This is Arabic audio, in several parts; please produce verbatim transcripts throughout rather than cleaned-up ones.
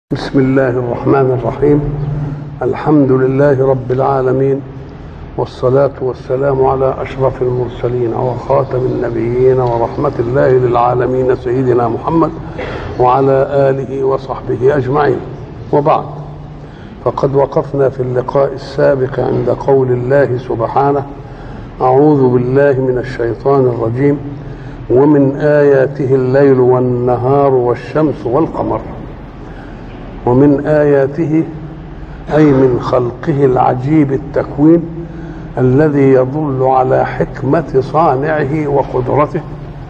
بسم الله الرحمن الرحيم. الحمد لله رب العالمين، والصلاة والسلام على أشرف المرسلين وخاتم النبيين ورحمة الله للعالمين سيدنا محمد وعلى آله وصحبه أجمعين. وبعد، فقد وقفنا في اللقاء السابق عند قول الله سبحانه: أعوذ بالله من الشيطان الرجيم، ومن آياته الليل والنهار والشمس والقمر. ومن آياته أي من خلقه العجيب التكوين الذي يدل على حكمة صانعه وقدرته.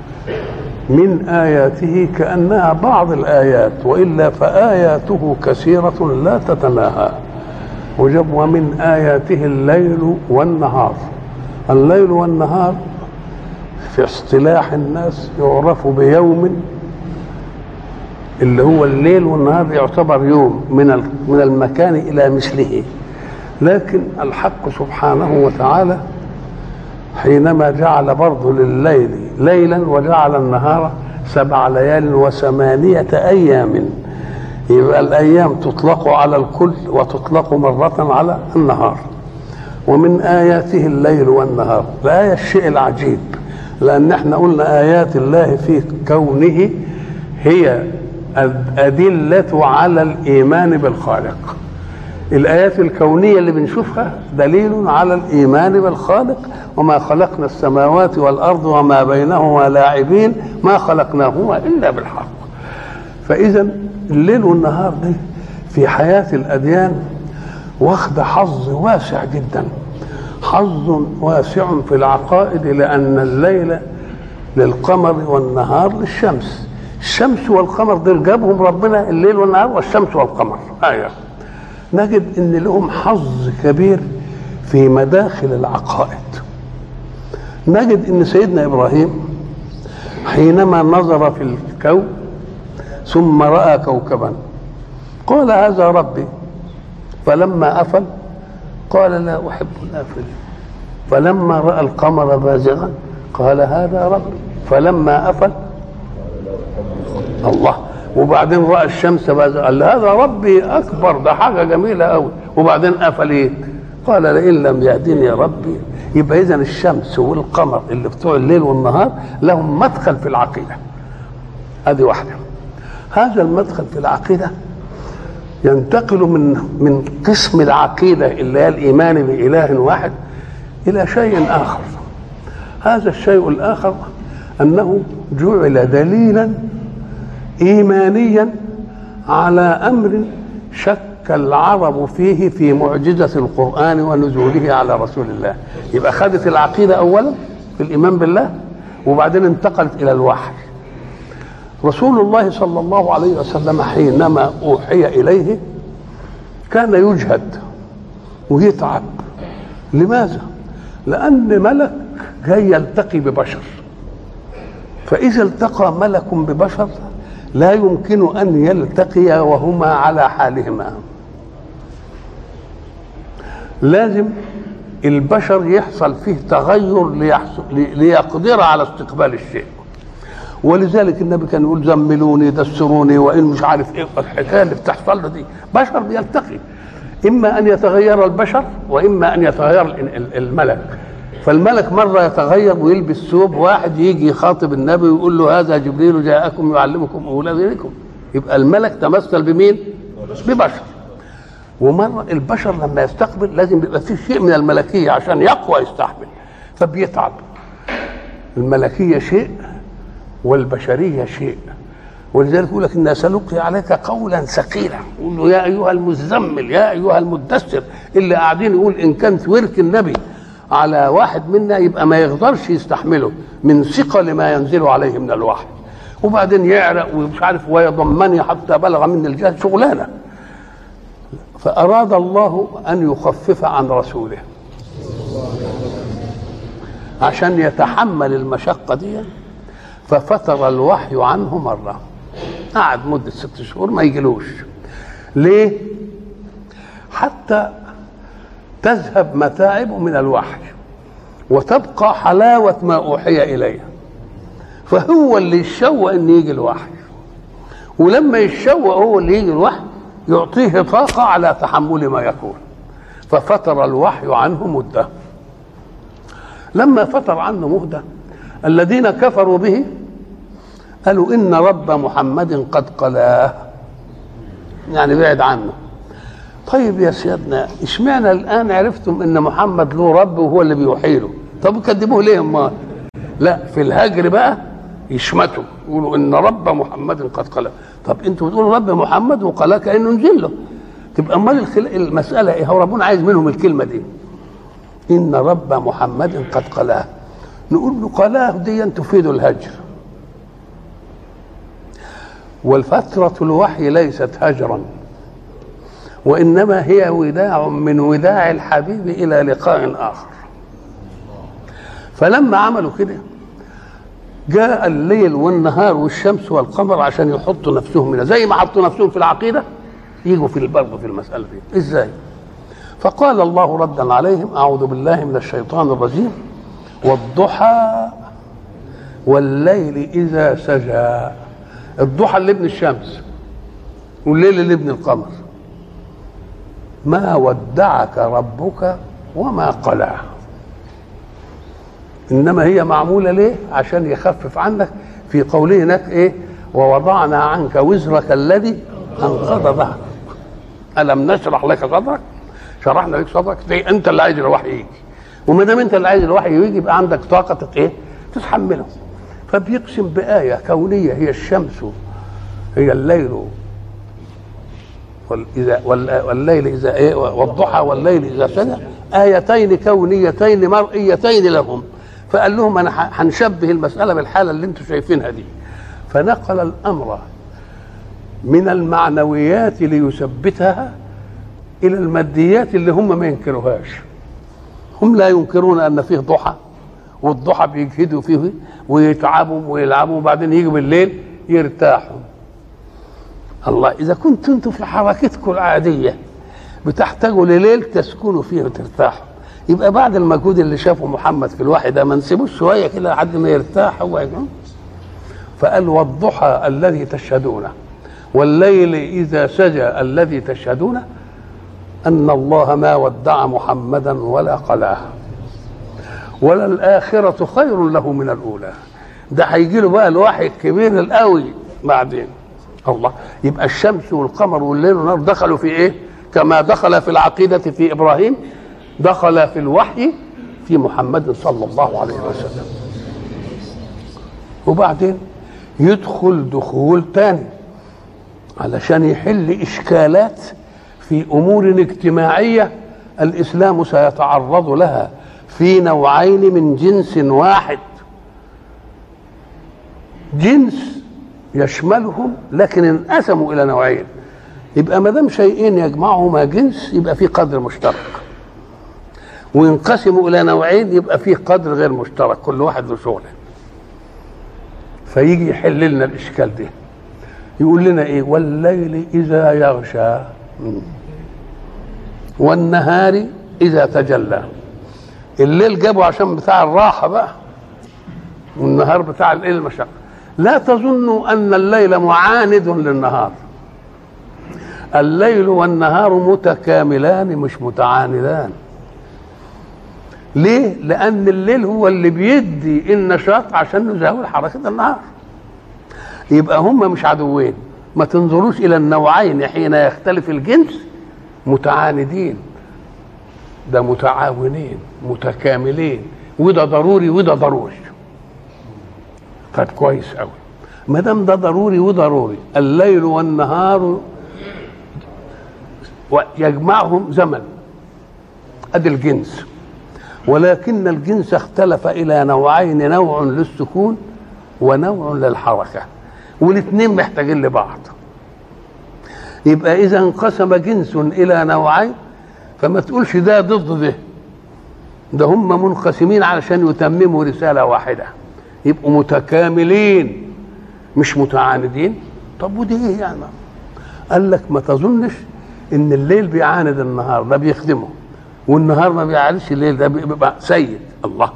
من آياته كأنها بعض الآيات، وإلا فآياته كثيرة لا تتناهى. وجب ومن آياته الليل والنهار. الليل والنهار في اصطلاح الناس يعرف بيوم، اللي هو الليل والنهار يعتبر يوم من من المكان إلى مثله. لكن الحق سبحانه وتعالى حينما جعل برضه لليل ليلا وجعل النهار سبع ليال وثمانية أيام، يبقى الأيام تطلق على الكل وتطلق مرة على النهار. ومن آياته الليل والنهار، الآية الشيء العجيب، لأن احنا قلنا آيات الله في كونه هي الأدلة على الإيمان بالخالق. الآيات الكونية اللي بنشوفها دليل على الإيمان بالخالق. وما خلقنا السماوات والأرض وما بينهما لاعبين ما خلقناهما إلا بالحق. فإذا الليل والنهار دي في حياة الأديان واخد حظ واسع جدا، حظ واسع في العقائد، لأن الليل للقمر والنهار للشمس. الشمس والقمر دول جابهم ربنا، الليل والنهار والشمس والقمر. آية نجد ان لهم حظ كبير في مداخل العقائد. نجد ان سيدنا ابراهيم حينما نظر في الكون ثم راى كوكبا قال: هذا ربي. فلما افل قال: لا احب الافلين. فلما راى القمر بازغا قال: هذا ربي. فلما افل الله. وبعدين راى الشمس بازغا قال: هذا ربي اكبر، ده حاجه جميله قوي. وبعدين قفل ايه؟ قال: لئن لم يهدني ربي. يبقى اذا الشمس والقمر اللي بتوع الليل والنهار لهم مدخل في العقيده. ادي واحده. هذا المدخل في العقيده ينتقل من من قسم العقيده اللي هي الايمان باله واحد الى شيء اخر. هذا الشيء الاخر انه جعل دليلا إيمانيا على أمر شك العرب فيه في معجزة القرآن ونزوله على رسول الله. يبقى خدت العقيدة أولا في الإيمان بالله، وبعدين انتقلت إلى الوحي. رسول الله صلى الله عليه وسلم حينما أوحي إليه كان يجهد ويتعب. لماذا؟ لأن ملك جاي يلتقي ببشر، فإذا التقى ملك ببشر لا يمكن أن يلتقيا وهما على حالهما. لازم البشر يحصل فيه تغير ليقدر على استقبال الشيء. ولذلك النبي كان يقول: زملوني دسروني، وإن مش عارف إيه الحكاية اللي بتحصل له دي. بشر بيلتقي، إما أن يتغير البشر وإما أن يتغير الملك. فالملك مرة يتغير ويلبس ثوب، واحد يجي يخاطب النبي ويقول له: هذا جبريل جاءكم يعلمكم أولاد دينكم. يبقى الملك تمثل بمين؟ ببشر. ومرة البشر لما يستقبل لازم يبقى فيه شيء من الملكية عشان يقوى يستحمل، فبيتعب. الملكية شيء والبشرية شيء. ولذلك يقول لك: إن سنلقي عليك قولا ثقيلا. يقول له: يا أيها المزمل، يا أيها المدثر. اللي قاعدين يقول إن كان ورك النبي على واحد منا يبقى ما يقدرش يستحمله من ثقل ما ينزل عليه من الوحي. وبعدين يعرق ومش عارف ويضمني حتى بلغ من الجهد، شغلانه. فأراد الله أن يخفف عن رسوله عشان يتحمل المشقة دي، ففتر الوحي عنه مرة. قعد مدة ست شهور ما يجيلوش. ليه؟ حتى تذهب متاعبه من الوحي وتبقى حلاوة ما أوحي إليه. فهو اللي يشوق أن يجي الوحي، ولما يتشوق هو اللي يجي الوحي يعطيه طاقة على تحمل ما يكون، ففتر الوحي عنه مدة. لما فتر عنه مدة الذين كفروا به قالوا إن رب محمد قد قلاه، يعني بعد عنه. طيب يا سيدنا اشمعنى الآن عرفتم إن محمد له رب وهو اللي بيوحي له؟ طب كذبوه ليه امال؟ لا، في الهجر بقى يشمتوا يقولوا إن رب محمد قد قلاه. طب انتوا بتقولوا رب محمد وقلاه كأنه نزل له، تبقى امال المسألة ايه؟ هو ربنا عايز منهم الكلمة دي، إن رب محمد قد قلاه. نقول له قلاه دي تفيد الهجر، والفترة الوحي ليست هجرا، وإنما هي وداع من وداع الحبيب إلى لقاء آخر. فلما عملوا كده جاء الليل والنهار والشمس والقمر عشان يحطوا نفسهم هنا، زي ما حطوا نفسهم في العقيدة يجوا في برضه في المسألة دي. إزاي؟ فقال الله ردا عليهم: أعوذ بالله من الشيطان الرجيم، والضحى والليل إذا سجى. الضحى اللي ابن الشمس والليل اللي ابن القمر. ما ودعك ربك وما قلى. إنما هي معمولة ليه؟ عشان يخفف عنك. في قوله هناك إيه؟ ووضعنا عنك وزرك الذي أنقض ظهرك. ألم نشرح لك صدرك؟ شرحنا لك صدرك. أنت اللي عايز الوحي يجي، وما دام أنت اللي عايز الوحي يجي يبقى عندك طاقة إيه؟ تتحمله. فبيقسم بآية كونية هي الشمس، هي الليل والليل إذا إيه؟ والضحى والليل إذا سجى، آيتين كونيتين مرئيتين لهم. فقال لهم أنا هنشبه المسألة بالحالة اللي أنتم شايفينها دي. فنقل الأمر من المعنويات ليثبتها إلى الماديات اللي هم ما ينكروهاش. هم لا ينكرون أن فيه ضحى، والضحى بيجهدوا فيه ويتعبوا ويلعبوا وبعدين يجوا بالليل يرتاحوا. الله، إذا كنتوا أنتم في حركتكم العادية بتحتاجوا لليل تسكنوا فيه وترتاحوا، يبقى بعد المجهود اللي شافه محمد في الوحي ده ما نسيبوش شوية كده لحد ما يرتاح هو. فقال والضحى الذي تشهدونه والليل إذا سجى الذي تشهدونه أن الله ما ودع محمدا ولا قلاه، ولا الآخرة خير له من الأولى. ده هيجي له بقى الوحي الكبير القوي بعدين. الله، يبقى الشمس والقمر والليل والنهار دخلوا في ايه؟ كما دخل في العقيدة في إبراهيم دخل في الوحي في محمد صلى الله عليه وسلم. وبعدين يدخل دخول تاني علشان يحل إشكالات في أمور اجتماعية الإسلام سيتعرض لها في نوعين من جنس واحد، جنس يشملهم لكن انقسموا إلى نوعين. يبقى ما دام شيئين يجمعهما جنس يبقى في قدر مشترك، وينقسموا إلى نوعين يبقى في قدر غير مشترك، كل واحد له شغله. فيجي يحل لنا الإشكال ده، يقول لنا إيه؟ والليل إذا يغشى والنهار إذا تجلى. الليل جابه عشان بتاع الراحة بقى، والنهار بتاع الايه؟ المشقة. لا تظنوا أن الليل معاند للنهار، الليل والنهار متكاملان مش متعاندان. ليه؟ لأن الليل هو اللي بيدي النشاط عشان نزاول حركة النهار. يبقى هم مش عدوين. ما تنظروش إلى النوعين حين يختلف الجنس متعاندين، ده متعاونين متكاملين، وده ضروري وده ضروري. طيب كويس قوي، ما دام ده ضروري وضروري، الليل والنهار يجمعهم زمن، ادي الجنس. ولكن الجنس اختلف الى نوعين، نوع للسكون ونوع للحركه، والاثنين محتاجين لبعض. يبقى اذا انقسم جنس الى نوعين فما تقولش ده ضد ده، ده هم منقسمين علشان يتمموا رساله واحده، يبقوا متكاملين مش متعاندين. طب ودي ايه يعني؟ قال لك ما تظنش ان الليل بيعاند النهار، ده بيخدمه، والنهار ما بيعاندش الليل، ده بيبقى سيد. الله،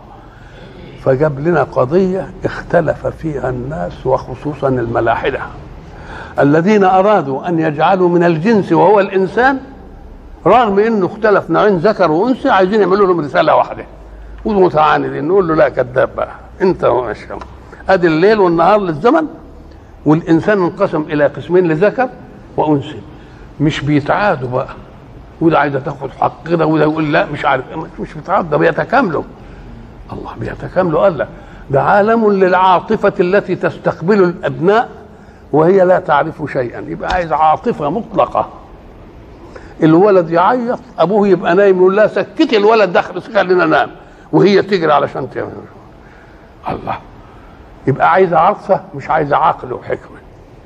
فجاب لنا قضيه اختلف فيها الناس وخصوصا الملاحده. الذين أرادوا أن يجعلوا من الجنس وهو الإنسان، رغم إنه اختلف نوعين ذكر وأنثى، عايزين يعملوا لهم رسالة واحدة ومتعاندين. نقول له لا، كذاب بقى أنت ماشي. أدي الليل والنهار للزمن، والإنسان انقسم إلى قسمين لذكر وأنثى، مش بيتعادوا بقى، وده عايزة تاخد حق كده وده يقول لا مش عارف، مش بيتعادوا، ده بيتكاملوا. الله بيتكاملوا. قال لا، ده عالم للعاطفة التي تستقبل الأبناء وهي لا تعرف شيئا. يبقى عايز عاطفة مطلقة. الولد يعيط، أبوه يبقى نايم يقول لا سكتي الولد داخل خلينا ننام، وهي تجري علشان تعمل. الله، يبقى عايزة عاطفة مش عايزة عقل وحكمة.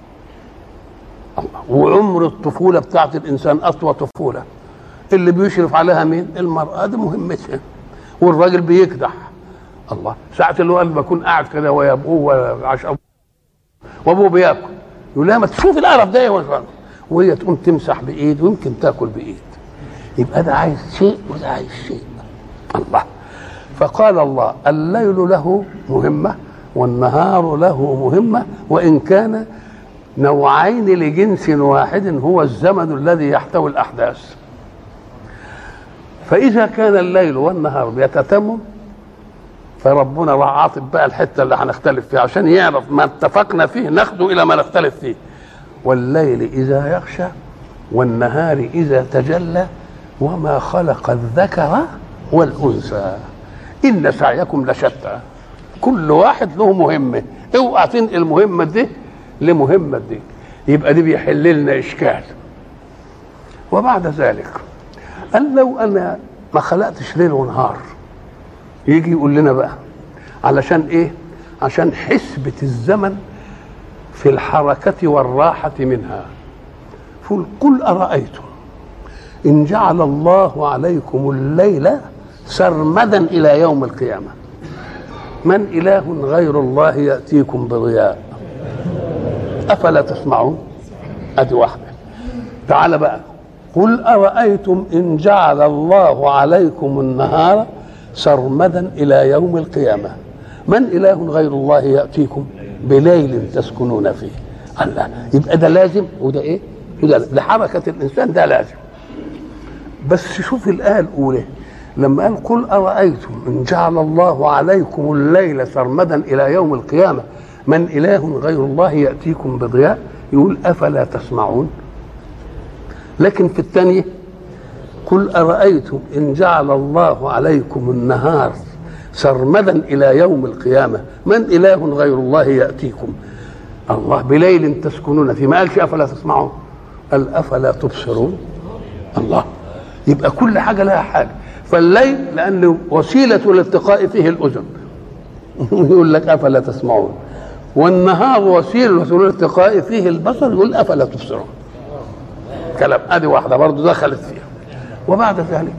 الله. وعمر الطفولة بتاعت الإنسان أطول طفولة، اللي بيشرف عليها مين؟ المرأة، دي مهمتها. والراجل بيكدح. الله، ساعة اللي هو بكون قاعد كده ويا ابوه عشان وابوه بياكل، يقول لها ما تشوف القرف ده، وهي تقوم تمسح بايد ويمكن تاكل بايد. يبقى ده عايز شيء وده عايز شيء. الله. فقال الله الليل له مهمة والنهار له مهمة، وإن كان نوعين لجنس واحد هو الزمن الذي يحتوي الأحداث. فإذا كان الليل والنهار بيتتمم، فربنا راح عاطف بقى الحته اللي هنختلف فيها عشان يعرف ما اتفقنا فيه ناخده الى ما نختلف فيه. والليل اذا يغشى والنهار اذا تجلى وما خلق الذكر والانثى ان سعيكم لشتى. كل واحد له مهمه، اوعى تنقل المهمه دي لمهمه دي، يبقى دي بيحل لنا اشكال. وبعد ذلك قال لو انا ما خلقتش ليل ونهار، يجي يقول لنا بقى علشان ايه؟ عشان حسبة الزمن في الحركة والراحة منها. قل أرأيتم إن جعل الله عليكم الليل سرمدا إلى يوم القيامة من إله غير الله يأتيكم بضياء أفلا تسمعون؟ أدي واحدة. تعال بقى، قل أرأيتم إن جعل الله عليكم النهار سرمدا إلى يوم القيامة من إله غير الله يأتيكم بليل تسكنون فيه. الله، يبقى ده لازم وده إيه؟ وده لحركة الإنسان ده لازم. بس شوف الآية الأولى لما قال قل أرأيتم إن جعل الله عليكم الليل سرمدا إلى يوم القيامة من إله غير الله يأتيكم بضياء، يقول أفلا تسمعون. لكن في الثانية قل أرأيتم إن جعل الله عليكم النهار سرمدا إلى يوم القيامة من إله غير الله يأتيكم الله بليل تسكنون فيه. ما قالش أفلا تسمعون، قال أفلا تبصرون. الله، يبقى كل حاجة لها حاجة. فالليل لأنه وسيلة الالتقاء فيه الأذن يقول لك أفلا تسمعون، والنهار وسيلة الالتقاء فيه البصر يقول أفلا تبصرون. كلام ادي واحده برضه دخلت فيها. وبعد ذلك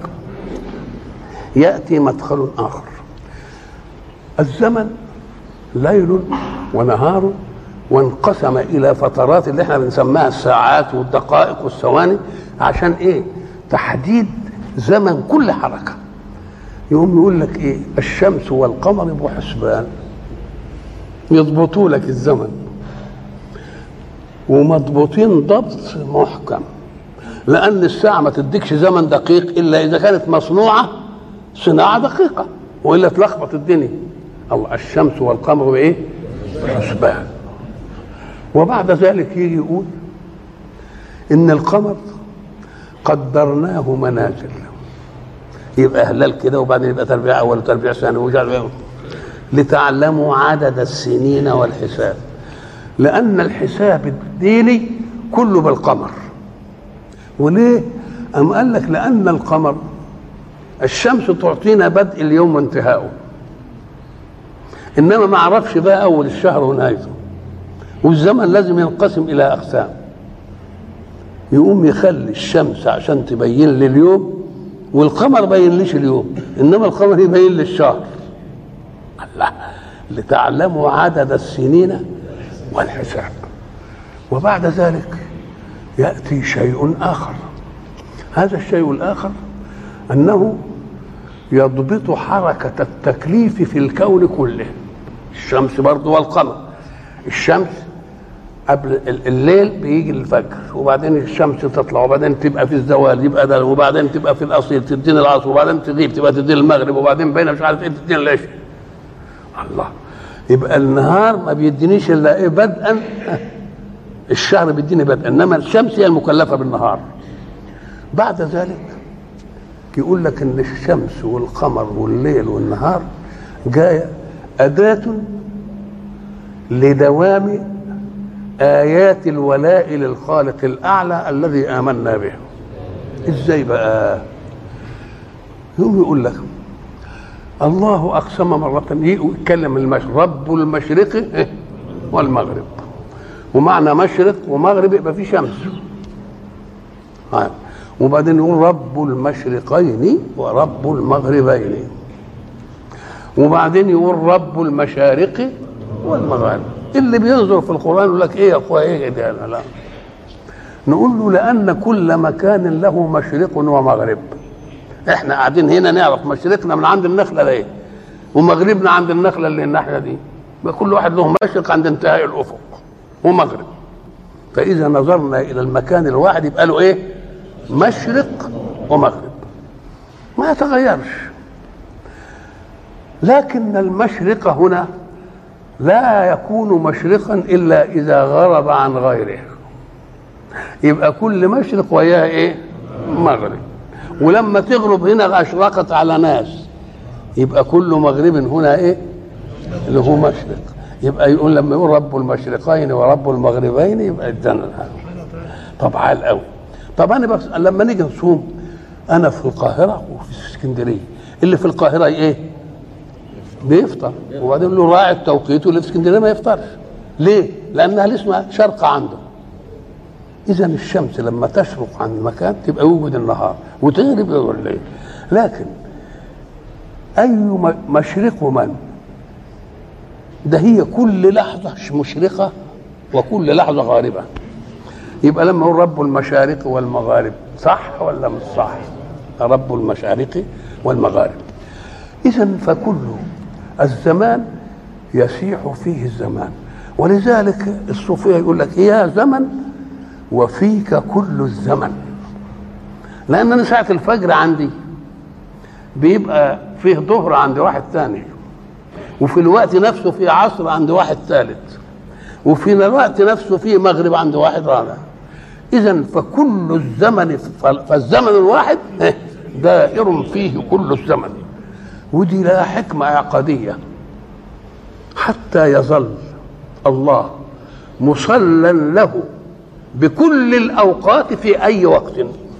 ياتي مدخل اخر. الزمن ليل ونهار، وانقسم الى فترات اللي احنا بنسميها الساعات والدقائق والثواني. عشان ايه؟ تحديد زمن كل حركه. يقوم يقول لك ايه؟ الشمس والقمر بحسبان، يضبطوا لك الزمن، ومضبوطين ضبط محكم، لأن الساعة ما تديكش زمن دقيق إلا إذا كانت مصنوعة صناعة دقيقة، وإلا تلخبط الدنيا. الله، الشمس والقمر بإيه؟ بحسبان. وبعد ذلك يجي يقول إن القمر قدرناه منازل، يبقى هلال كده وبعدين يبقى تربيع أول وتربيع ثاني وجعل لتعلموا عدد السنين والحساب، لأن الحساب الديني كله بالقمر. وليه؟ أم قال لك لأن القمر الشمس تعطينا بدء اليوم وانتهاؤه، إنما ما عرفش بقى أول الشهر ونهايته، والزمن لازم ينقسم إلى أقسام. يقوم يخلي الشمس عشان تبين لي اليوم، والقمر بين ليش اليوم، إنما القمر يبين لي الشهر. الله، لتعلموا عدد السنين والحساب. وبعد ذلك يأتي شيء آخر. هذا الشيء الآخر أنه يضبط حركة التكليف في الكون كله. الشمس برضو والقمر. الشمس قبل الليل بيجي الفجر، وبعدين الشمس تطلع، وبعدين تبقى في الزوال يبقى ده، وبعدين تبقى في الاصيل تديني العصر، وبعدين تغيب تبقى تديني المغرب، وبعدين بين مش عارف ايه تديني العشاء. الله، يبقى النهار ما بيدينيش الا ايه؟ بدءا. الشهر بيديني بدءا، انما الشمس هي المكلفه بالنهار. بعد ذلك يقول لك ان الشمس والقمر والليل والنهار جايه اداه لدوام آيات الولاء للخالق الأعلى الذي آمنا به. إزاي بقى؟ يوم يقول لك الله أقسم مرة، يتكلم المشرق، رب المشرق والمغرب، ومعنى مشرق ومغرب يبقى في شمس. وبعدين يقول رب المشرقين ورب المغربين، وبعدين يقول رب المشارق والمغارب. اللي بينظر في القرآن يقول لك ايه يا اخويا ايه ده؟ لا، نقول له لأن كل مكان له مشرق ومغرب. احنا قاعدين هنا نعرف مشرقنا من عند النخلة ليه، ومغربنا عند النخلة اللي الناحية دي، كل واحد له مشرق عند انتهاء الأفق ومغرب. فإذا نظرنا إلى المكان الواحد يبقى له ايه؟ مشرق ومغرب، ما يتغيرش. لكن المشرق هنا لا يكون مشرقا إلا إذا غرب عن غيره، يبقى كل مشرق وياه إيه؟ مغرب. ولما تغرب هنا أشرقت على ناس، يبقى كل مغرب هنا إيه؟ اللي هو مشرق. يبقى يقول لما يقول رب المشرقين ورب المغربين يبقى الجنة. طب عال قوي. طب أنا بس لما نيجي نصوم، أنا في القاهرة وفي اسكندرية، اللي في القاهرة إيه؟ بيفطر، وبعدين له راعي التوقيت، واللي في اسكندريه ما يفطرش. ليه؟ لانها اسمها شرق عنده. اذا الشمس لما تشرق عن المكان تبقى يوجد النهار، وتغرب يوجد الليل. لكن اي مشرق من ده؟ هي كل لحظه مشرقه وكل لحظه غاربه. يبقى لما يقول رب المشارق والمغارب، صح ولا مش صح؟ رب المشارق والمغارب. اذا فكل الزمان يسيح فيه الزمان. ولذلك الصوفيه يقول لك يا زمن وفيك كل الزمن. لان انا ساعه الفجر عندي بيبقى فيه ظهر عند واحد ثاني، وفي الوقت نفسه فيه عصر عند واحد ثالث، وفي الوقت نفسه فيه مغرب عند واحد رابع. اذا فكل الزمن، فالزمن الواحد دائر فيه كل الزمن. ودي لها حكمة عقدية، حتى يظل الله مصلى له بكل الأوقات في أي وقت.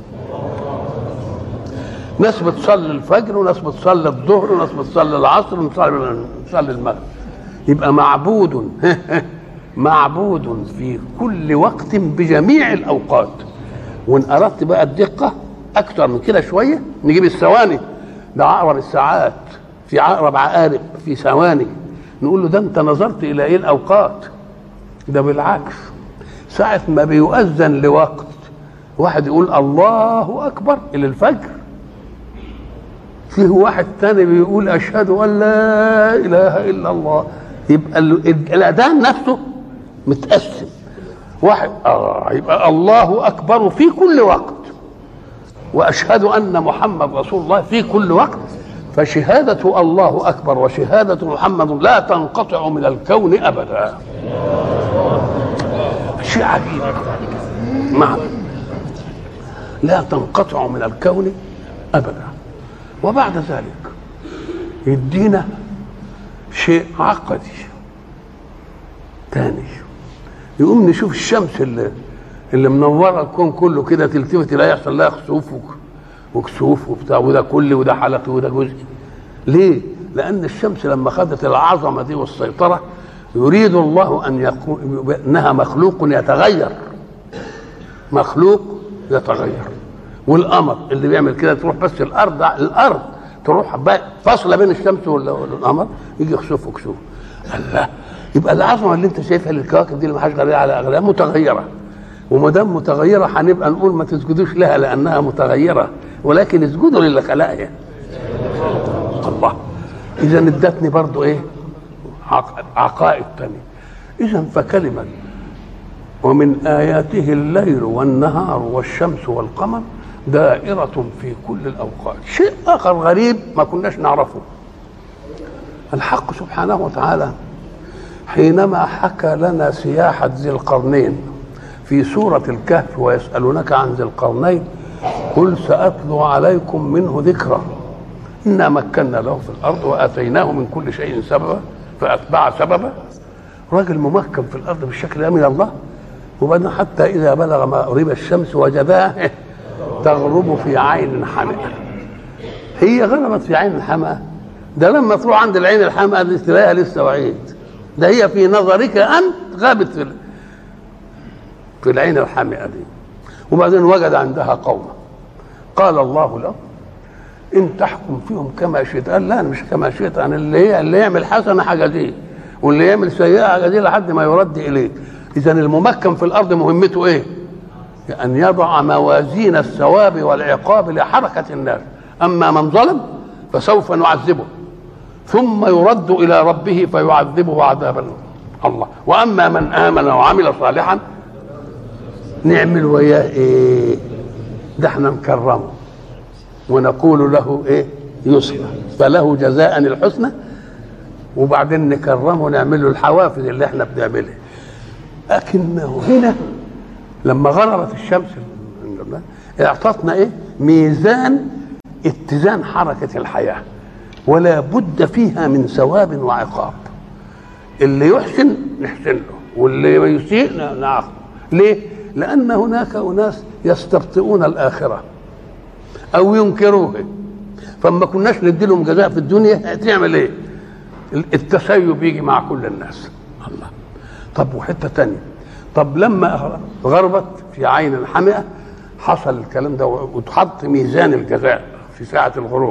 ناس بتصلي الفجر، وناس بتصلي الظهر، وناس بتصلي العصر، وناس بتصلي المغرب. يبقى معبود معبود في كل وقت بجميع الأوقات. وإن أردت بقى الدقة أكثر من كده شوية، نجيب الثواني. ده عقرب الساعات، في عقرب عقارب في ثواني. نقول له ده انت نظرت الى ايه الاوقات؟ ده بالعكس، ساعة ما بيؤذن لوقت واحد يقول الله اكبر الى الفجر، فيه واحد تاني بيقول اشهد ان لا اله الا الله. يبقى الاذان نفسه متقسم. واحد اه يبقى الله اكبر في كل وقت، وأشهد أن محمد رسول الله في كل وقت. فشهادة الله أكبر وشهادة محمد لا تنقطع من الكون أبدا. شيء عجيب. نعم، لا تنقطع من الكون أبدا. وبعد ذلك يدينا شيء عقدي تاني. يقوم نشوف الشمس اللي اللي منوره الكون كله كده، تلتفت لا يحصل لها خسوف وكسوف وبتاع، وده كلي وده حلقي وده جزئي. ليه؟ لان الشمس لما خدت العظمه دي والسيطره، يريد الله ان يكون انها مخلوق يتغير، مخلوق يتغير. والقمر اللي بيعمل كده، تروح بس الارض الارض تروح فاصله بين الشمس والقمر، يجي خسوف وكسوف. الله، يبقى العظمه اللي انت شايفها للكواكب دي اللي ما حاش غيرها على اغلبها متغيره. وما دام متغيره هنبقى نقول ما تسجدوش لها لانها متغيره، ولكن اسجدوا للي خلقها. الله، اذا ادتني برضو ايه؟ عقائد تانية. اذا فكلمه ومن آياته الليل والنهار والشمس والقمر دائرة في كل الأوقات. شيء آخر غريب ما كناش نعرفه، الحق سبحانه وتعالى حينما حكى لنا سياحة ذي القرنين في سورة الكهف ويسألونك عن ذي القرنين قل سأتلو عليكم منه ذكرا إنا مكنا له في الأرض وآتيناه من كل شيء سببا فأتبع سببا. راجل ممكن في الأرض بالشكل ده من الله، وبعدين حتى إذا بلغ مغرب الشمس وجدها تغرب في عين حمئة. هي غربت في عين حمئة، ده لما تروح عند العين الحمئة دي تلاقيها لسه وعيد، ده هي في نظرك أنت غابت في في العين الحمئة دي. وبعدين وجد عندها قوما قال الله له إن تحكم فيهم كما شئت. قال لا أنا مش كما شئت، أنا اللي هي اللي يعمل حسنة حاجة دي واللي يعمل سيئة حاجة دي لحد ما يرد إليك. إذا الممكن في الأرض مهمته إيه؟ أن يضع موازين الثواب والعقاب لحركة الناس. أما من ظلم فسوف نعذبه ثم يرد إلى ربه فيعذبه عذابا الله. وأما من آمن وعمل صالحا نعمل وياه إيه؟ ده احنا نكرمه ونقول له إيه؟ يسرى، فله جزاء الحسنى، وبعدين نكرمه ونعمل له الحوافز اللي احنا بنعملها. لكنه هنا لما غربت الشمس اعطتنا ايه؟ ميزان اتزان حركة الحياة، ولا بد فيها من ثواب وعقاب. اللي يحسن نحسن له واللي يسيء نعاقبه. ليه؟ لأن هناك أناس يستبطئون الآخرة أو ينكروها، فما كناش نديلهم جزاء في الدنيا تعمل ايه؟ التسيب يجي مع كل الناس. الله. طب وحته تانية، طب لما غربت في عين حمئة حصل الكلام ده وتحط ميزان الجزاء في ساعة الغروب.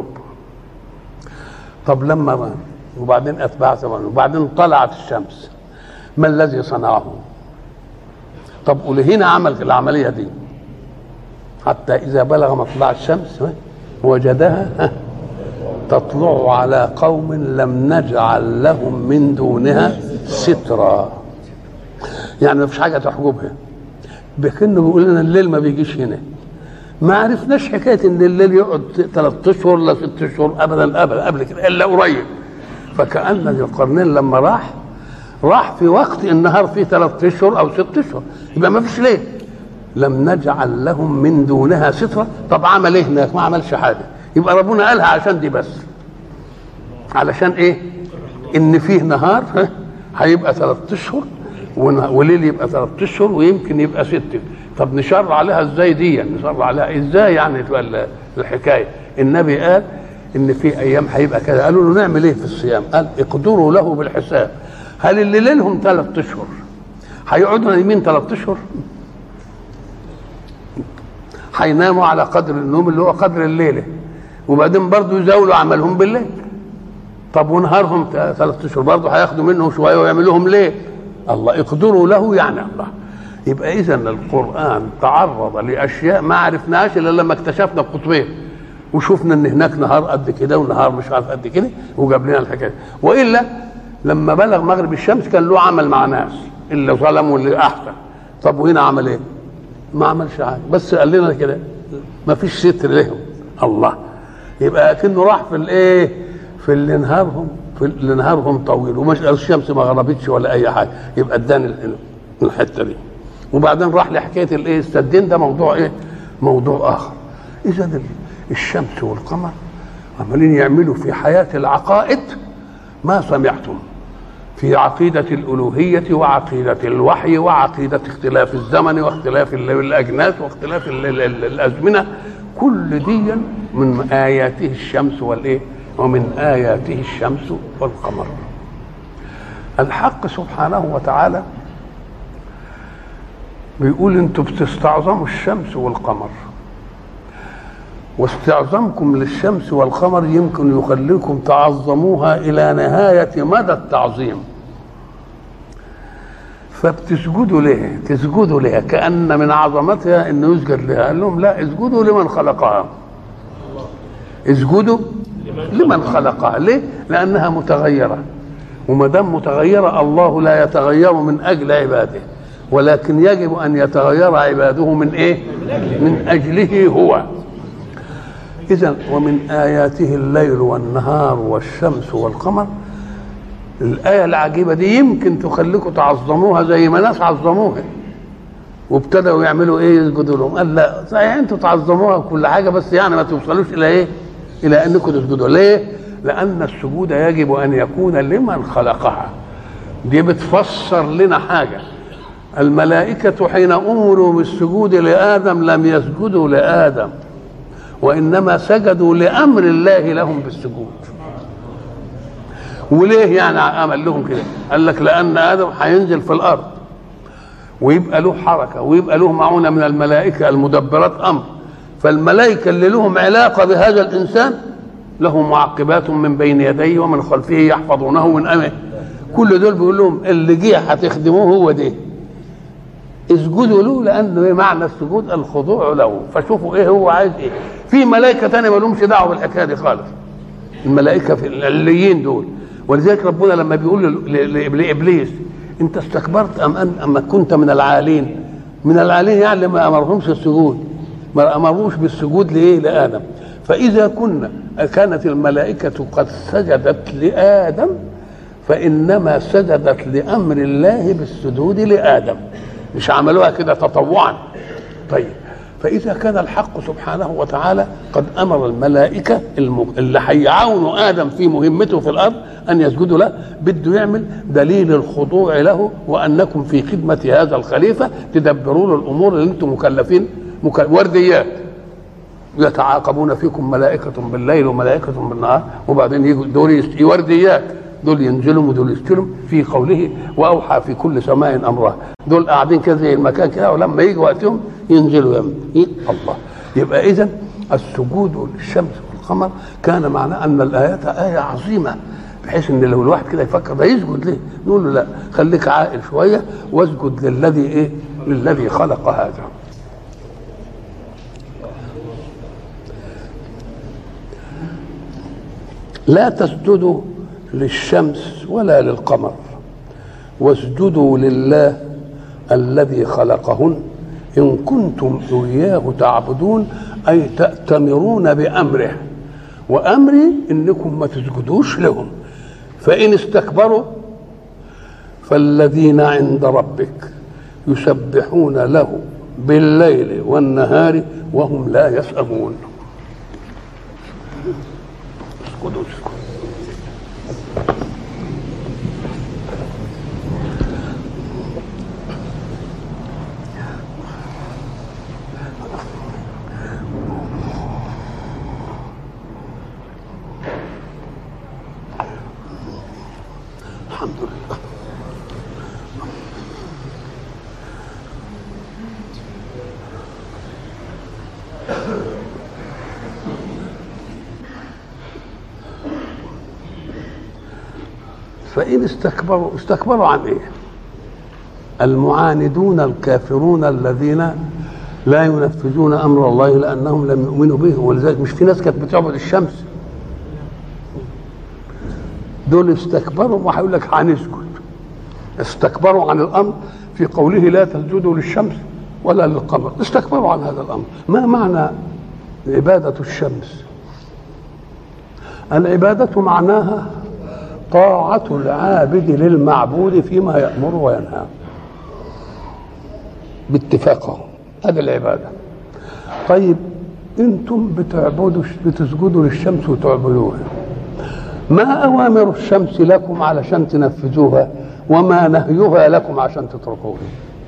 طب لما وبعدين أتباع ثمانه وبعدين طلعت الشمس، ما الذي صنعه؟ طب ولهنا عمل العملية دي حتى إذا بلغ مطلع الشمس وجدها تطلع على قوم لم نجعل لهم من دونها سترا. يعني ما فيش حاجه تحجبها، بكنه بيقول لنا الليل ما بيجيش هنا. ما عرفناش حكايه ان الليل يقعد ثلاث اشهر ولا ست اشهر ابدا ابدا قبل كده الا قريب. فكأن ذي القرنين لما راح راح في وقت النهار فيه ثلاث اشهر او ست اشهر، يبقى ما فيش ليل. لم نجعل لهم من دونها سترا. طب عمل ايه هناك؟ ما عملش حاجه. يبقى ربنا قالها عشان دي بس، علشان ايه؟ ان فيه نهار هيبقى ثلاث اشهر وليل يبقى ثلاث اشهر ويمكن يبقى ستة. طب نشرع عليها ازاي دي؟ نشرع عليها ازاي يعني تبقى الحكايه؟ النبي قال ان في ايام هيبقى كذا. قالوا له نعمل ايه في الصيام؟ قال اقدروا له بالحساب. هل اللي ليلهم ثلاث اشهر هيقعدوا نايمين ثلاث اشهر؟ هيناموا على قدر النوم اللي هو قدر الليله، وبعدين برضه يزاولوا عملهم بالليل. طب ونهارهم ثلاث اشهر برضه هياخدوا منه شويه ويعملوهم ليه؟ الله. اقدروا له يعني الله. يبقى اذا القران تعرض لاشياء ما عرفناهاش الا لما اكتشفنا القطبين وشفنا ان هناك نهار قد كده ونهار مش عارف قد كده وجاب لنا الحكايه. والا لما بلغ مغرب الشمس كان له عمل مع ناس اللي ظلموا واللي احسن. طب وهنا عمل ايه؟ ما عملش حاجه، بس قال لنا كده ما فيش ستر لهم. الله. يبقى كأنه راح في الايه؟ في اللي نهارهم في اللي نهارهم طويل ومش الشمس ما غربتش ولا اي حاجه. يبقى اداني الحته دي. وبعدين راح لحكايه الايه؟ السدين. ده موضوع ايه؟ موضوع اخر. اذا الشمس والقمر عمالين يعملوا في حياه العقائد ما سمعتم في عقيده الالوهيه وعقيده الوحي وعقيده اختلاف الزمن واختلاف الاجناس واختلاف الازمنه. كل دي من اياته الشمس والايه؟ ومن آياته الشمس والقمر. الحق سبحانه وتعالى بيقول انتوا بتستعظموا الشمس والقمر، واستعظامكم للشمس والقمر يمكن يخليكم تعظموها إلى نهاية مدى التعظيم. فبتسجدوا ليه؟ تسجدوا ليه كأن من عظمتها انه يسجد لها. قال لهم لا، اسجدوا لمن خلقها. اسجدوا لمن خلقها. ليه؟ لأنها متغيرة، وما دام متغيرة الله لا يتغير من أجل عباده، ولكن يجب أن يتغير عباده من إيه؟ من أجله هو. إذن ومن آياته الليل والنهار والشمس والقمر. الآية العجيبة دي يمكن تخليكم تعظموها زي ما ناس عظموها وابتدأوا يعملوا إيه؟ يسجدوا لهم. قال لا صحيح أنتوا تعظموها كل حاجة، بس يعني ما توصلوش إلى إيه؟ إلى أنكم تسجدوا. ليه؟ لأن السجود يجب أن يكون لمن خلقها. دي بتفسر لنا حاجة. الملائكة حين أمروا بالسجود لآدم لم يسجدوا لآدم، وإنما سجدوا لأمر الله لهم بالسجود. وليه يعني عمل لهم كده؟ قال لك لأن آدم هينزل في الأرض ويبقى له حركة ويبقى له معونة من الملائكة المدبرات أمر، فالملائكة اللي لهم علاقة بهذا الإنسان لهم معقبات من بين يديه ومن خلفه يحفظونه من أمره. كل دول بيقول لهم اللي جه هتخدموه هو ده، اسجدوا له، لأنه معنى السجود الخضوع له. فشوفوا ايه هو عايز ايه. في ملائكة تانية ما لهمش دعوة بالحكاية دي خالص، الملائكة في العليين دول. ولذلك ربنا لما بيقول لإبليس انت استكبرت ام ان اما كنت من العالين، من العالين يعني ما امرهمش السجود، ما امروش بالسجود لايه؟ لآدم. فإذا كنا كانت الملائكة قد سجدت لآدم فإنما سجدت لأمر الله بالسجود لآدم، مش عملوها كده تطوعا. طيب فإذا كان الحق سبحانه وتعالى قد أمر الملائكة اللي هيعاونوا آدم في مهمته في الأرض أن يسجدوا له، بده يعمل دليل الخضوع له، وأنكم في خدمة هذا الخليفة تدبرون الأمور اللي أنتم مكلفين مكلف. ورديات يتعاقبون فيكم ملائكة بالليل وملائكة بالنهار، وبعدين يجوا دول ورديات، دول ينزلوا ودول يستلم. في قوله واوحى في كل سماء امرها، دول قاعدين كده زي المكان كده، ولما يجي وقتهم ينزلوا يم. الله. يبقى اذا السجود للشمس والقمر كان معناه ان الايات ايه عظيمه، بحيث ان لو الواحد كده يفكر ده يسجد ليه؟ نقول له لا، خليك عاقل شويه واسجد للذي ايه؟ للذي خلق هذا. لا تسجدوا للشمس ولا للقمر واسجدوا لله الذي خلقهن إن كنتم إياه تعبدون، أي تأتمرون بأمره، وأمري إنكم ما تسجدوش لهم. فإن استكبروا فالذين عند ربك يسبحون له بالليل والنهار وهم لا يسأمون. اسجدوا اسجدوا. الحمد لله. فإن استكبروا، استكبروا عن إيه؟ المعاندون الكافرون الذين لا ينفذون أمر الله لأنهم لم يؤمنوا به. ولذلك مش في ناس كانت بتعبد الشمس، دول استكبروا وهيقول لك هنسجد. استكبروا عن الأمر في قوله لا تسجدوا للشمس ولا للقمر، استكبروا عن هذا الأمر. ما معنى عبادة الشمس؟ العبادة معناها طاعة العابد للمعبود فيما يأمر وينهى باتفاقه، هذا العبادة. طيب انتم بتعبدوا بتسجدوا للشمس وتعبدوها، ما أوامر الشمس لكم علشان تنفذوها وما نهيها لكم عشان تتركوها؟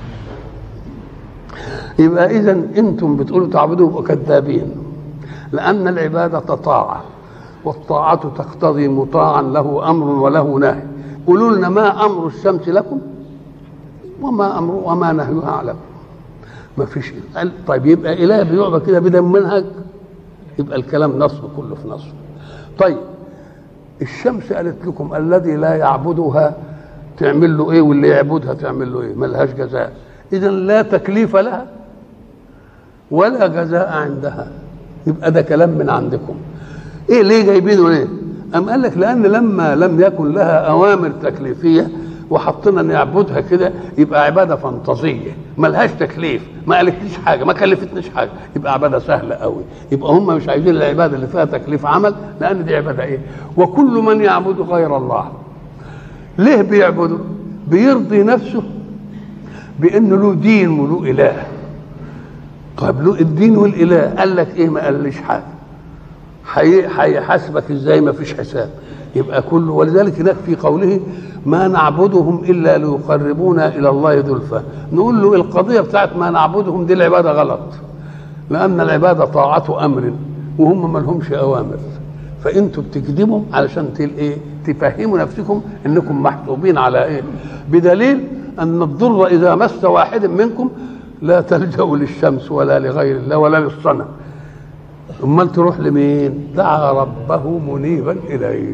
يبقى إذن انتم بتقولوا تعبدوا كذابين، لأن العبادة طاعة، والطاعة تقتضي مطاعا له أمر وله نهي. قولوا لنا ما أمر الشمس لكم وما أمر وما نهيها لكم؟ ما فيش. طيب يبقى إله بيعبد كده بدون منهج، يبقى الكلام نصب كله في نصب. طيب الشمس قالت لكم الذي لا يعبدها تعمل له ايه، واللي يعبدها تعمل له ايه؟ ملهاش جزاء. اذا لا تكليف لها ولا جزاء عندها، يبقى ده كلام من عندكم. ايه ليه جايبينه ليه؟ ام قال لك لان لما لم يكن لها اوامر تكليفيه وحطينا نعبدها كده يبقى عباده فانتازيه ملهاش تكليف، ما قالتليش حاجه، ما كلفتنيش حاجه، يبقى عباده سهله قوي. يبقى هم مش عايزين العباده اللي فيها تكليف عمل، لان دي عباده ايه؟ وكل من يعبد غير الله. ليه بيعبده؟ بيرضي نفسه بانه له دين وله اله. طيب له الدين والاله، قال لك ايه؟ ما قاليش حاجه. هيحاسبك ازاي؟ ما فيش حساب. يبقى كله. ولذلك هناك في قوله ما نعبدهم الا ليقربونا الى الله زلفى، نقول له القضيه بتاعت ما نعبدهم دي العباده غلط، لان العباده طاعه امر وهم ما لهمش اوامر، فانتوا بتكذبوا علشان تل ايه؟ تفهموا نفسكم انكم محسوبين على ايه؟ بدليل ان الضر اذا مس واحد منكم لا تلجأوا للشمس ولا لغير الله ولا للصنم، امال تروح لمين؟ دعا ربه منيبا اليه.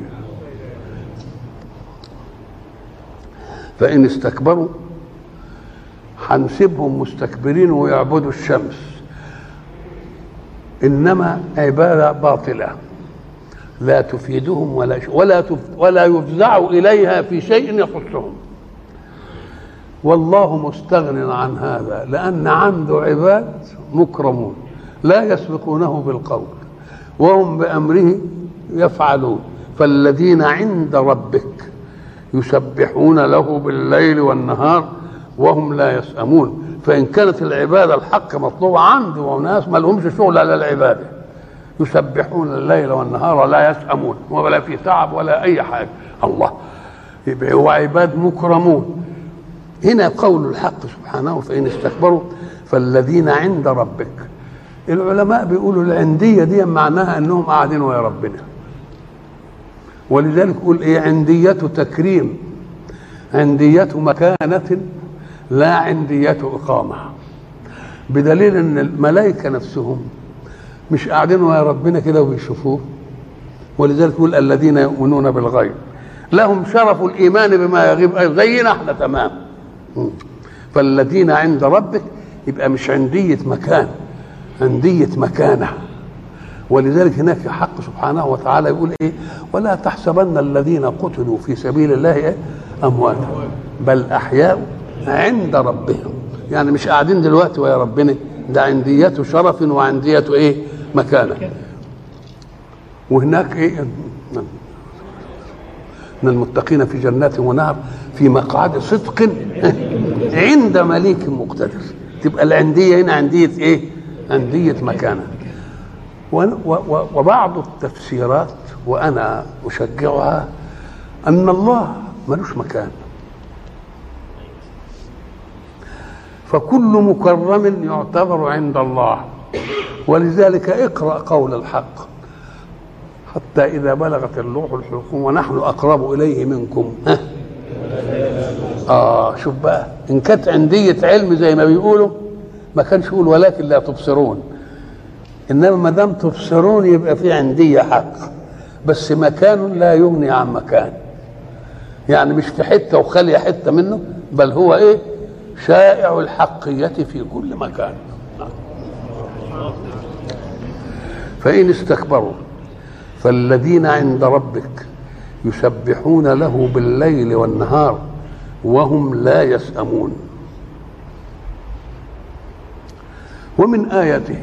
فان استكبروا هنسيبهم مستكبرين ويعبدوا الشمس، انما عباده باطله لا تفيدهم ولا ولا ولا يفزعوا اليها في شيء يخصهم. والله مستغن عن هذا، لان عنده عباد مكرمون لا يسبقونه بالقول وهم بأمره يفعلون. فالذين عند ربك يسبحون له بالليل والنهار وهم لا يسأمون. فإن كانت العبادة الحق مطلوبة عنده وناس ما لهمش شغل على العبادة، يسبحون الليل والنهار لا يسأمون ولا في تعب ولا أي حاجة. الله يبقى هو عباد مكرمون. هنا قول الحق سبحانه فإن استكبروا فالذين عند ربك. العلماء بيقولوا العندية دي معناها انهم قاعدين ويا ربنا، ولذلك يقول ايه؟ عندية تكريم، عندية مكانة لا عندية إقامة، بدليل ان الملائكة نفسهم مش قاعدين ويا ربنا كده وبيشوفوه. ولذلك يقول الذين يؤمنون بالغيب لهم شرف الإيمان بما يغيب زينا احنا تمام. فالذين عند ربك يبقى مش عندية مكان، عندية مكانة. ولذلك هناك حق سبحانه وتعالى يقول ايه؟ ولا تحسبن الذين قتلوا في سبيل الله ايه؟ امواتا بل احياء عند ربهم. يعني مش قاعدين دلوقتي ويا ربنا، ده عندية شرف وعندية ايه؟ مكانة. وهناك ايه؟ ان المتقين في جنات ونهر في مقعد صدق عند مليك مقتدر. تبقى العندية هنا عندية ايه؟ عندية مكانة. وبعض التفسيرات وأنا أشجعها أن الله ملوش مكان، فكل مكرم يعتبر عند الله. ولذلك اقرأ قول الحق حتى إذا بلغت اللوح الحلقوم ونحن أقرب إليه منكم. ها؟ آه شوف بقى، إن كانت عندية علم زي ما بيقولوا ما كانش يقول ولكن لا تبصرون، انما ما دام تبصرون يبقى في عندية حق، بس مكان لا يغني عن مكان. يعني مش في حته وخلي حته منه، بل هو ايه؟ شائع الحقية في كل مكان. فإن استكبروا فالذين عند ربك يسبحون له بالليل والنهار وهم لا يسأمون. ومن آياته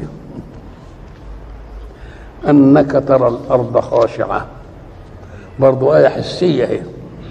أنك ترى الأرض خاشعة، برضو آية حسية هي،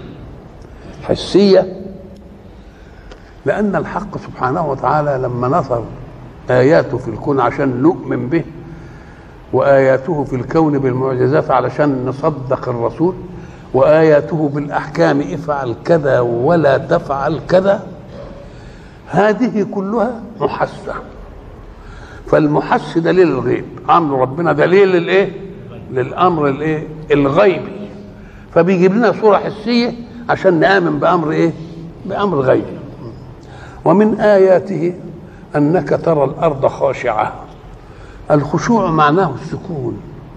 حسية لأن الحق سبحانه وتعالى لما نظر آياته في الكون عشان نؤمن به، وآياته في الكون بالمعجزات علشان نصدق الرسول، وآياته بالأحكام افعل كذا ولا تفعل كذا، هذه كلها محسة. فالمحس دليل الغيب، امر ربنا دليل للايه؟ للامر الايه؟ الغيبي. فبيجيب لنا صوره حسيه عشان نامن بامر ايه؟ بامر غيبي. ومن اياته انك ترى الارض خاشعه. الخشوع معناه السكون،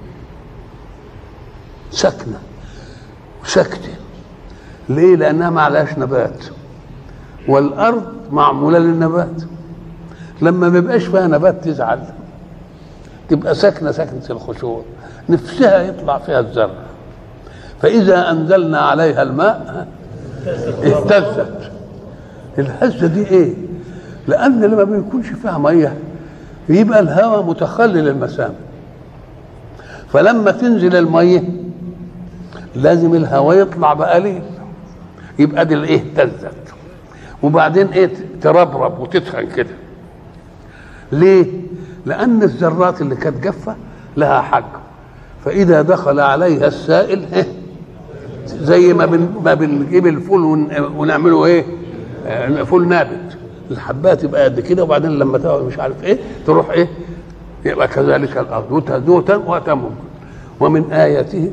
سكنه سكته. ليه؟ لانها ما عليهاش نبات، والارض معموله للنبات. لما ما يبقاش فيها نبات تزعل، تبقى ساكنه سكنه الخشوع، نفسها يطلع فيها الزرع. فاذا انزلنا عليها الماء اهتزت. الهزه دي ايه؟ لان لما بيكونش فيها ميه يبقى الهواء متخلل المسام، فلما تنزل الميه لازم الهواء يطلع بقليل، يبقى دي الايه؟ اهتزت. وبعدين ايه؟ تربرب وتتخن كده. ليه؟ لان الذرات اللي كانت جافه لها حجم، فاذا دخل عليها السائل إيه؟ زي ما بن ما بنجيب الفول ونعمله ايه؟ فول نابت، الحبات تبقى قد كده، وبعدين لما تبقى مش عارف ايه تروح ايه؟ يبقى كذلك الارض وتهدوتا وتمم. ومن اياته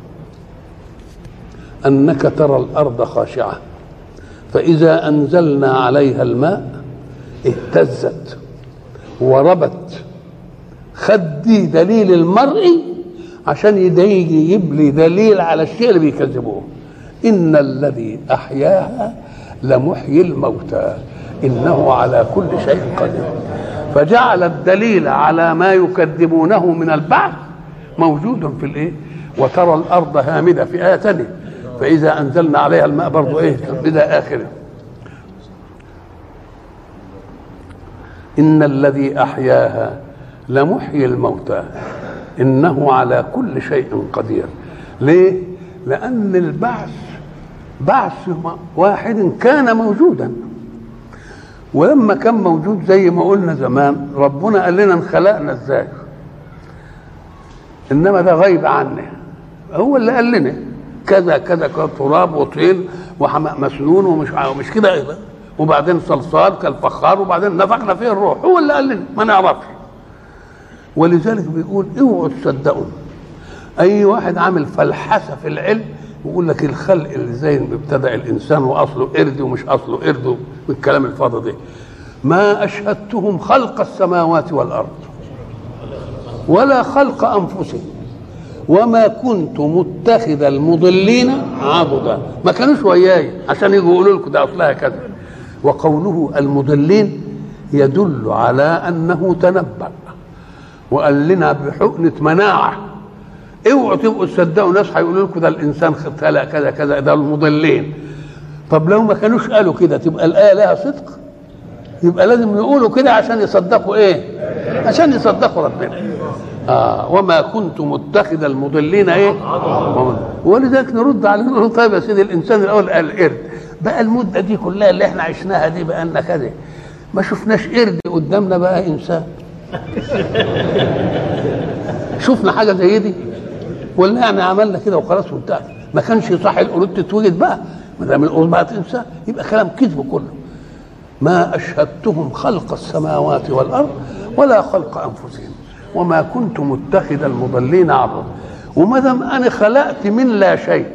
انك ترى الارض خاشعه فاذا انزلنا عليها الماء اهتزت وربت. خد دي دليل المرئي عشان يجي يبلي دليل على الشيء اللي بيكذبوه. ان الذي احياها لمحيي الموتى انه على كل شيء قدير. فجعل الدليل على ما يكذبونه من البعث موجود في الايه؟ وترى الارض هامده في ايه ثانيه فاذا انزلنا عليها الماء برضه ايه؟ بدا اخره. ان الذي احياها لمحيي الموتى انه على كل شيء قدير. ليه؟ لان البعث بعث واحد كان موجودا، ولما كان موجود زي ما قلنا زمان ربنا قال لنا انخلقنا ازاي، انما ده غيب عنه، هو اللي قال لنا كذا كذا كذا تراب وطين وحماء مسنون ومش مش كده ايه، وبعدين صلصال كالفخار وبعدين نفخنا فيه الروح، هو اللي قال لنا ما نعرفش. ولذلك بيقول اوعوا تصدقوا اي واحد عامل فلحسه في العلم ويقول لك الخلق اللي زي ما ابتدأ الانسان واصله قرد ومش اصله قرد والكلام الفاضي ده. ما اشهدتهم خلق السماوات والارض ولا خلق انفسهم وما كنت متخذ المضلين عضدا. ما كانوش وياي عشان يجوا يقولوا لكم ده اصلها كذا. وقوله المضلين يدل على انه تنبأ وقال لنا بحقنة مناعة اوعوا تبقوا تصدقوا ناس هيقولوا لكم ده الانسان خلق كذا كذا ده المضلين. طب لو ما كانوش قالوا كده تبقى الآية لها صدق؟ يبقى لازم نقولوا كده عشان يصدقوا ايه؟ عشان يصدقوا ربنا. آه وما كنت متخذ المضلين ايه؟ ولذلك نرد عليه نقول طيب يا سيدي الانسان الاول قال قرد، بقى المدة دي كلها اللي احنا عشناها دي بقى لنا كذا ما شفناش قرد قدامنا بقى انسان. شفنا حاجه زي دي ولا يعني عملنا كده وخلاص وانتهى؟ ما كانش صح القرود تتوجد بقى، ما دام القرود بقى تنسى يبقى كلام كذب كله. ما اشهدتهم خلق السماوات والارض ولا خلق انفسهم وما كنت متخذ المضلين عضدا. وما دام انا خلقت من لا شيء،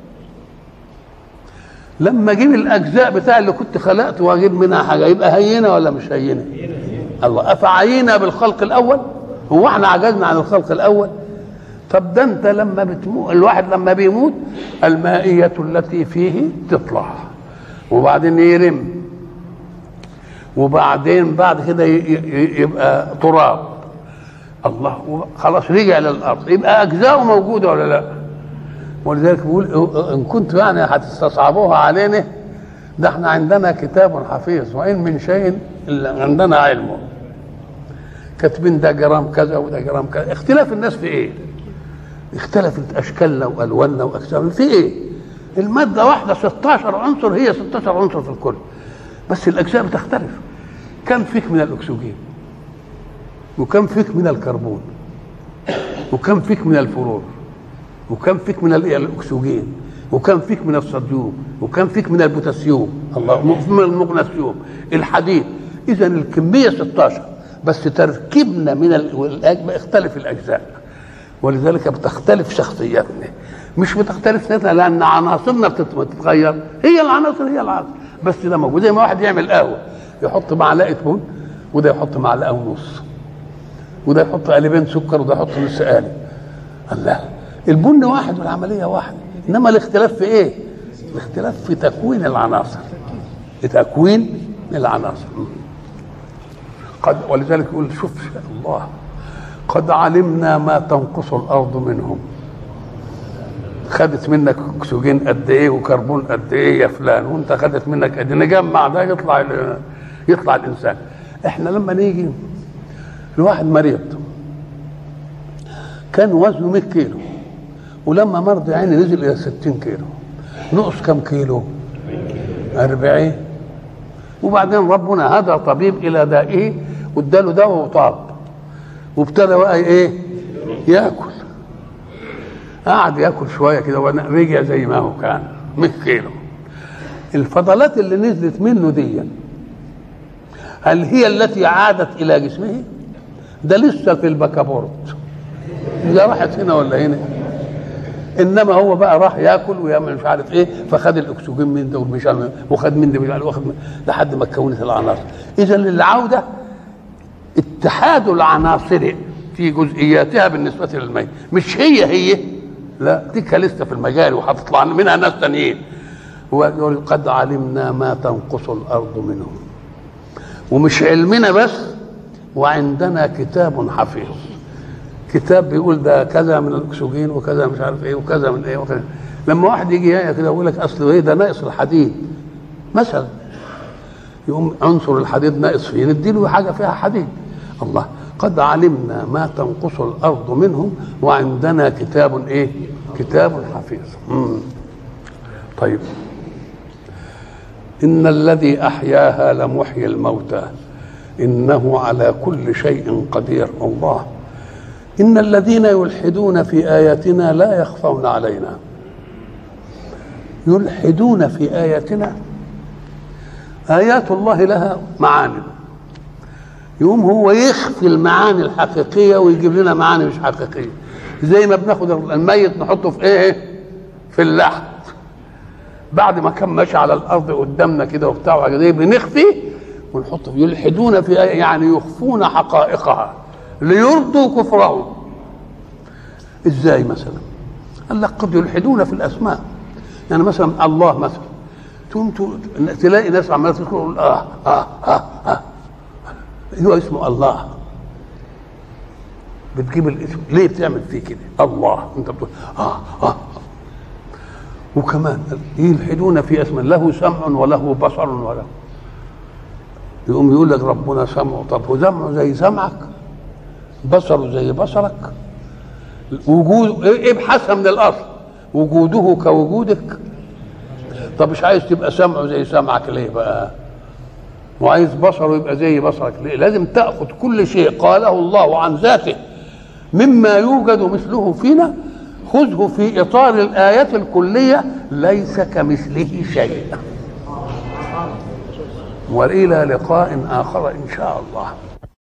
لما اجيب الاجزاء بتاع اللي كنت خلقته واجيب منها حاجه يبقى هينه ولا مش هينه؟ الله افعينا بالخلق الاول؟ هو احنا عجزنا عن الخلق الاول؟ طب ده انت لما بتموت الواحد لما بيموت المائيه التي فيه تطلع وبعدين يرم وبعدين بعد كده يبقى تراب. الله خلاص رجع للارض، يبقى اجزاؤه موجوده ولا لا؟ ولذلك بيقول ان كنتوا يعني هتستصعبوها علينا ده احنا عندنا كتاب حفيظ وان من شيء الا عندنا علمه. كاتبين ده جرام كذا وده جرام كذا. اختلاف الناس في ايه؟ اختلفت اشكالنا والواننا واجسامنا في ايه؟ الماده واحده ستاشر عنصر، هي ستاشر عنصر في الكل، بس الاجزاء بتختلف. كم فيك من الاكسجين وكم فيك من الكربون وكم فيك من الفلور وكم فيك من الاكسجين وكم فيك من الصوديوم وكم فيك من البوتاسيوم الله من المغنيسيوم الحديد. اذا الكميه ستاشر بس تركيبنا من الاجزاء اختلف الاجزاء، ولذلك بتختلف شخصياتنا مش بتختلف ذاتنا لان عناصرنا بتتغير. هي العناصر هي العناصر بس ده موجود. زي ما واحد يعمل قهوه يحط معلقه بن وده يحط معلقه ونص وده يحط قالبين سكر وده يحط نص قالب. الله البن واحد والعمليه واحده، انما الاختلاف في ايه؟ الاختلاف في تكوين العناصر، في تكوين العناصر. قد ولذلك يقول شوف الله قد علمنا ما تنقص الارض منهم. خدت منك اكسجين قد ايه وكربون قد ايه يا فلان، وانت خدت منك قد ايه، نجمع ده يطلع يطلع الانسان. احنا لما نيجي الواحد مريض كان وزنه مية كيلو، ولما مرض يعني نزل الى ستين كيلو، نقص كم كيلو؟ أربعين. وبعدين ربنا هدى طبيب الى دائه واداله دواء وطاب، وابتدى بقى ايه؟ ياكل. قعد ياكل شويه كده ورجع زي ما هو كان مية كيلو. الفضلات اللي نزلت منه دي هل هي التي عادت الى جسمه؟ ده لسه في البكابورت، ده راحت هنا ولا هنا؟ انما هو بقى راح ياكل ويعمل مش عارف ايه، فخد الاكسجين من ده ومش عارف وخد من ده مش عارف واخد لحد ما اتكونت العناصر. اذا العوده اتحاد العناصر في جزئياتها بالنسبه للميت، مش هي هي، لا ديك لسه في المجال وهتطلع منها ناس تانيين. ويقول قد علمنا ما تنقص الارض منهم، ومش علمنا بس، وعندنا كتاب حفيظ. كتاب بيقول ده كذا من الاكسجين وكذا مش عارف ايه وكذا من ايه وكذا. لما واحد يجي كده يقول لك اصل ايه ده ناقص الحديد مثلا، يقوم عنصر الحديد ناقص فيه نديله حاجه فيها حديد. الله قد علمنا ما تنقص الارض منهم وعندنا كتاب ايه؟ كتاب حفيظ. مم. طيب ان الذي احياها لمحيي الموتى انه على كل شيء قدير. الله إن الذين يلحدون في آياتنا لا يخفون علينا. يلحدون في آياتنا، آيات الله لها معاني، يقوم هو يخفي المعاني الحقيقية ويجيب لنا معاني مش حقيقية. زي ما بناخد الميت نحطه في ايه؟ في اللحد، بعد ما كان ماشي على الأرض قدامنا كده وبتاع وحاجة بنخفي ونحطه. يلحدون في آية يعني يخفون حقائقها ليرضوا كفرهم. ازاي مثلا؟ قال لك قد يلحدون في الاسماء، يعني مثلا الله مثلا تقوم تلاقي ناس عماله تقول اه اه اه اه هو اسمه الله، بتجيب الاسم ليه؟ بتعمل فيه كده الله، انت بتقول اه اه. وكمان يلحدون في اسماء له سمع وله بصر وله، يقوم يقول لك ربنا سمعه. طب هو سمعه زي سمعك؟ بصره زي بصرك؟ وجود ابحثها من الاصل، وجوده كوجودك. طب مش عايز تبقى سمعه زي سمعك ليه بقى؟ وعايز بصره يبقى زي بصرك ليه؟ لازم تاخذ كل شيء قاله الله عن ذاته مما يوجد مثله فينا، خذه في اطار الايات الكليه ليس كمثله شيء. والى لقاء اخر ان شاء الله.